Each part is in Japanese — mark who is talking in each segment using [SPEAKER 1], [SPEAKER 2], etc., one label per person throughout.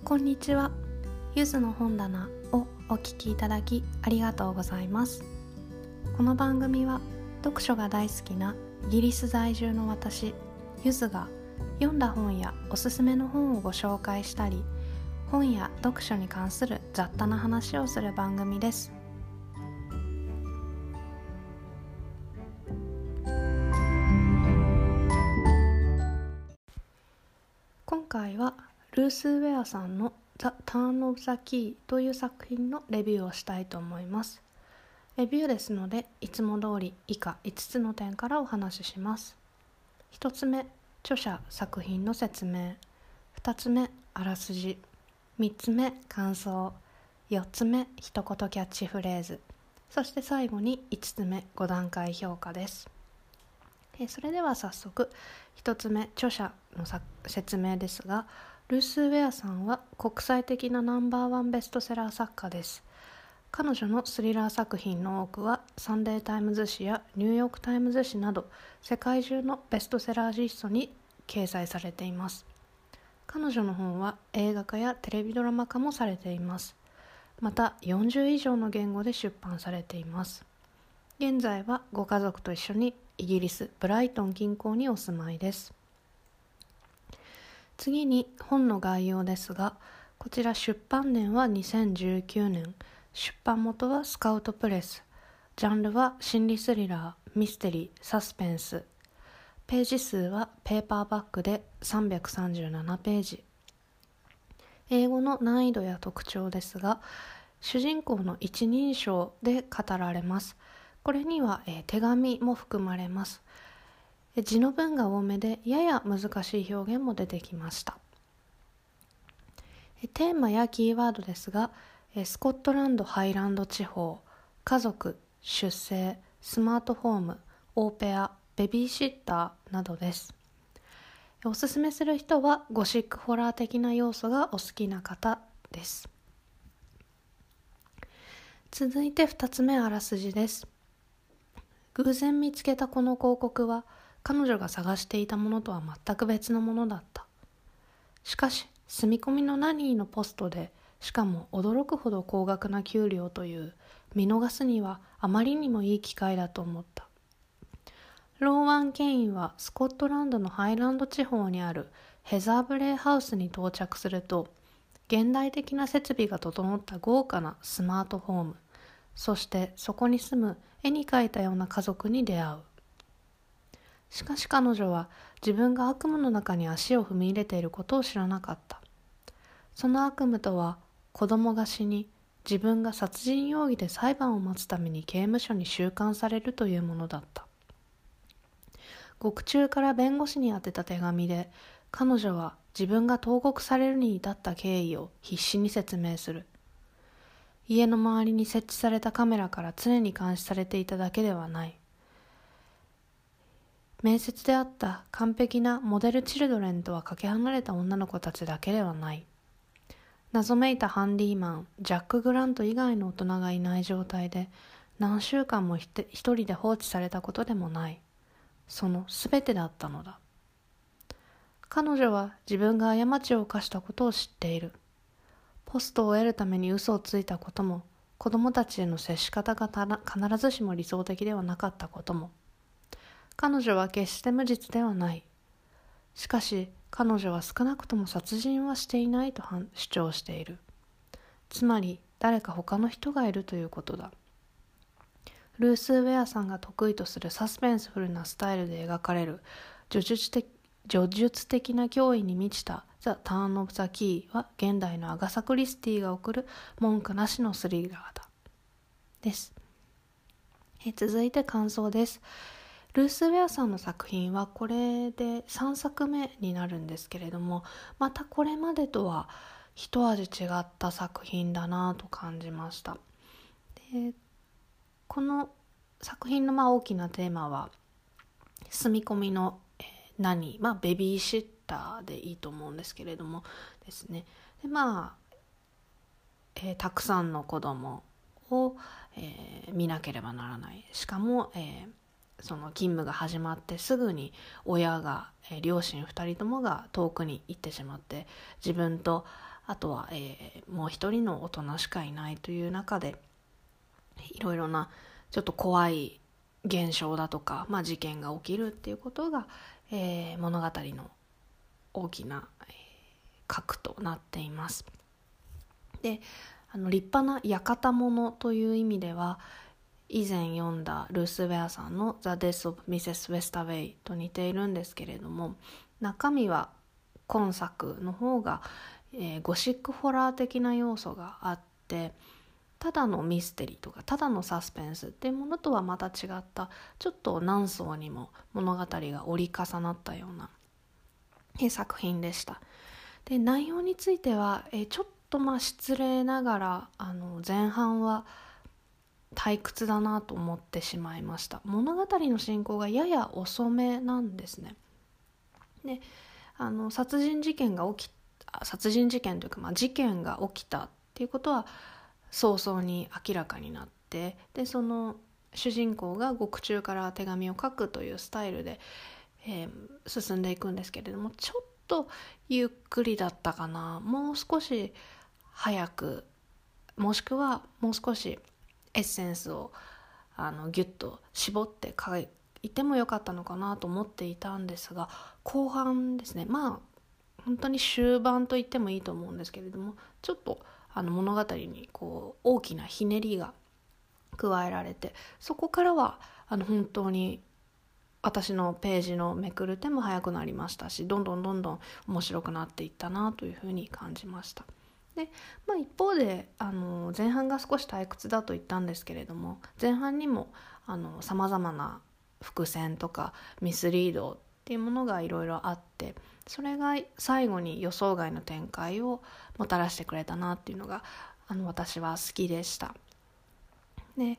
[SPEAKER 1] こんにちは。ゆずの本棚をお聞きいただきありがとうございます。この番組は読書が大好きなイギリス在住の私ゆずが読んだ本やおすすめの本をご紹介したり、本や読書に関する雑多な話をする番組です。今回はルース・ウェアさんのThe Turn of the Key という作品のレビューをしたいと思います。レビューですので、いつも通り以下5つの点からお話しします。1つ目、著者作品の説明。2つ目、あらすじ。3つ目、感想。4つ目、一言キャッチフレーズ。そして最後に5つ目、5段階評価です。それでは早速1つ目、著者の説明ですが、ルース・ウェアさんは国際的なナンバーワンベストセラー作家です。彼女のスリラー作品の多くはサンデータイムズ紙やニューヨークタイムズ紙など世界中のベストセラーリストに掲載されています。彼女の本は映画化やテレビドラマ化もされています。また40以上の言語で出版されています。現在はご家族と一緒にイギリス・ブライトン近郊にお住まいです。次に本の概要ですが、こちら出版年は2019年、出版元はスカウトプレス、ジャンルは心理スリラー、ミステリー、サスペンス、ページ数はペーパーバッグで337ページ。英語の難易度や特徴ですが、主人公の一人称で語られます。これには手紙も含まれます。字の文が多めでやや難しい表現も出てきました。テーマやキーワードですが、スコットランドハイランド地方、家族、出生、スマートフォーム、オーペア、ベビーシッターなどです。おすすめする人はゴシックホラー的な要素がお好きな方です。続いて2つ目、あらすじです。偶然見つけたこの広告は彼女が探していたものとは全く別のものだった。しかし住み込みのナニーのポストで、しかも驚くほど高額な給料という見逃すにはあまりにもいい機会だと思った。ローワン・ケインはスコットランドのハイランド地方にあるヘザーブレイハウスに到着すると、現代的な設備が整った豪華なスマートホーム、そしてそこに住む絵に描いたような家族に出会う。しかし彼女は自分が悪夢の中に足を踏み入れていることを知らなかった。その悪夢とは、子供が死に自分が殺人容疑で裁判を待つために刑務所に収監されるというものだった。獄中から弁護士に宛てた手紙で、彼女は自分が投獄されるに至った経緯を必死に説明する。家の周りに設置されたカメラから常に監視されていただけではない。面接であった完璧なモデルチルドレンとはかけ離れた女の子たちだけではない。謎めいたハンディマン、ジャック・グラント以外の大人がいない状態で、何週間も一人で放置されたことでもない。そのすべてだったのだ。彼女は自分が過ちを犯したことを知っている。ポストを得るために嘘をついたことも、子供たちへの接し方が必ずしも理想的ではなかったことも。彼女は決して無実ではない。しかし彼女は少なくとも殺人はしていないと主張している。つまり誰か他の人がいるということだ。ルース・ウェアさんが得意とするサスペンスフルなスタイルで描かれる叙述的な脅威に満ちたザ・ターン・オブ・ザ・キーは、現代のアガサ・クリスティが送る文句なしのスリラーだ。です。続いて感想です。ルース・ウェアさんの作品はこれで3作目になるんですけれども、またこれまでとは一味違った作品だなと感じました。で、この作品の大きなテーマは住み込みの何、ベビーシッターでいいと思うんですけれどもですね。でたくさんの子供を、見なければならない。しかも、その勤務が始まってすぐに親が、両親2人ともが遠くに行ってしまって、自分とあとは、もう一人の大人しかいないという中で、いろいろなちょっと怖い現象だとか、事件が起きるっていうことが、物語の大きな、核となっています。で、立派な館物という意味では、以前読んだルース・ウェアさんの The Death of Mrs. Westerway と似ているんですけれども、中身は今作の方が、ゴシックホラー的な要素があって、ただのミステリーとかただのサスペンスっていうものとはまた違ったちょっと何層にも物語が折り重なったような作品でした。で、内容についてはちょっと失礼ながら前半は退屈だなと思ってしまいました。物語の進行がやや遅めなんですね。で、殺人事件というか、事件が起きたっていうことは早々に明らかになって、でその主人公が獄中から手紙を書くというスタイルで、進んでいくんですけれども、ちょっとゆっくりだったかな。もう少し早く、もしくはもう少しエッセンスをギュッと絞って書いてもよかったのかなと思っていたんですが、後半ですね、本当に終盤と言ってもいいと思うんですけれども、ちょっと物語に大きなひねりが加えられて、そこからは本当に私のページのめくる手も早くなりましたし、どんどん面白くなっていったなというふうに感じました。で、一方で前半が少し退屈だと言ったんですけれども、前半にもさまざまな伏線とかミスリードっていうものがいろいろあって、それが最後に予想外の展開をもたらしてくれたなっていうのが私は好きでした。で、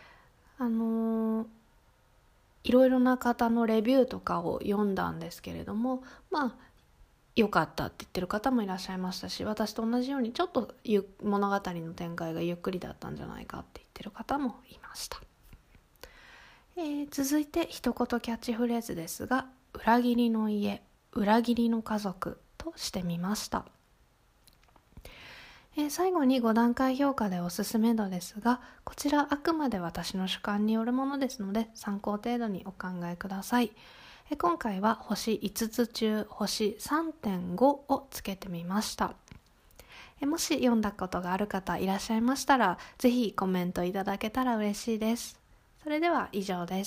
[SPEAKER 1] いろいろな方のレビューとかを読んだんですけれども、良かったって言ってる方もいらっしゃいましたし、私と同じようにちょっと物語の展開がゆっくりだったんじゃないかって言ってる方もいました。続いて一言キャッチフレーズですが、裏切りの家、裏切りの家族としてみました。最後に5段階評価でおすすめ度ですが、こちらあくまで私の主観によるものですので参考程度にお考えください。今回は星5つ中星 3.5 をつけてみました。もし読んだことがある方いらっしゃいましたら、ぜひコメントいただけたら嬉しいです。それでは以上です。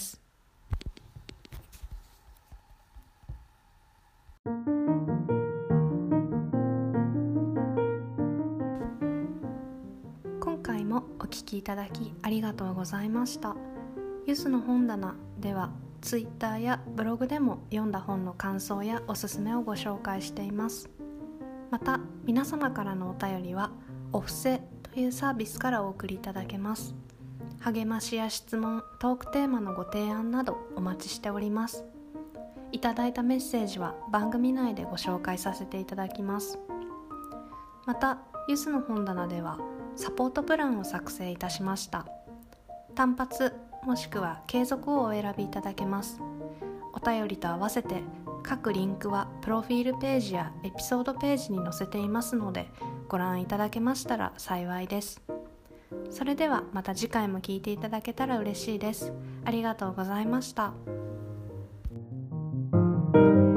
[SPEAKER 1] 今回もお聞きいただきありがとうございました。ゆずの本棚ではツイッターやブログでも読んだ本の感想やおすすめをご紹介しています。また皆様からのお便りはお布施というサービスからお送りいただけます。励ましや質問、トークテーマのご提案などお待ちしております。いただいたメッセージは番組内でご紹介させていただきます。またゆずの本棚ではサポートプランを作成いたしました。単発もしくは継続をお選びいただけます。お便りと合わせて各リンクはプロフィールページやエピソードページに載せていますので、ご覧いただけましたら幸いです。それではまた次回も聞いていただけたら嬉しいです。ありがとうございました。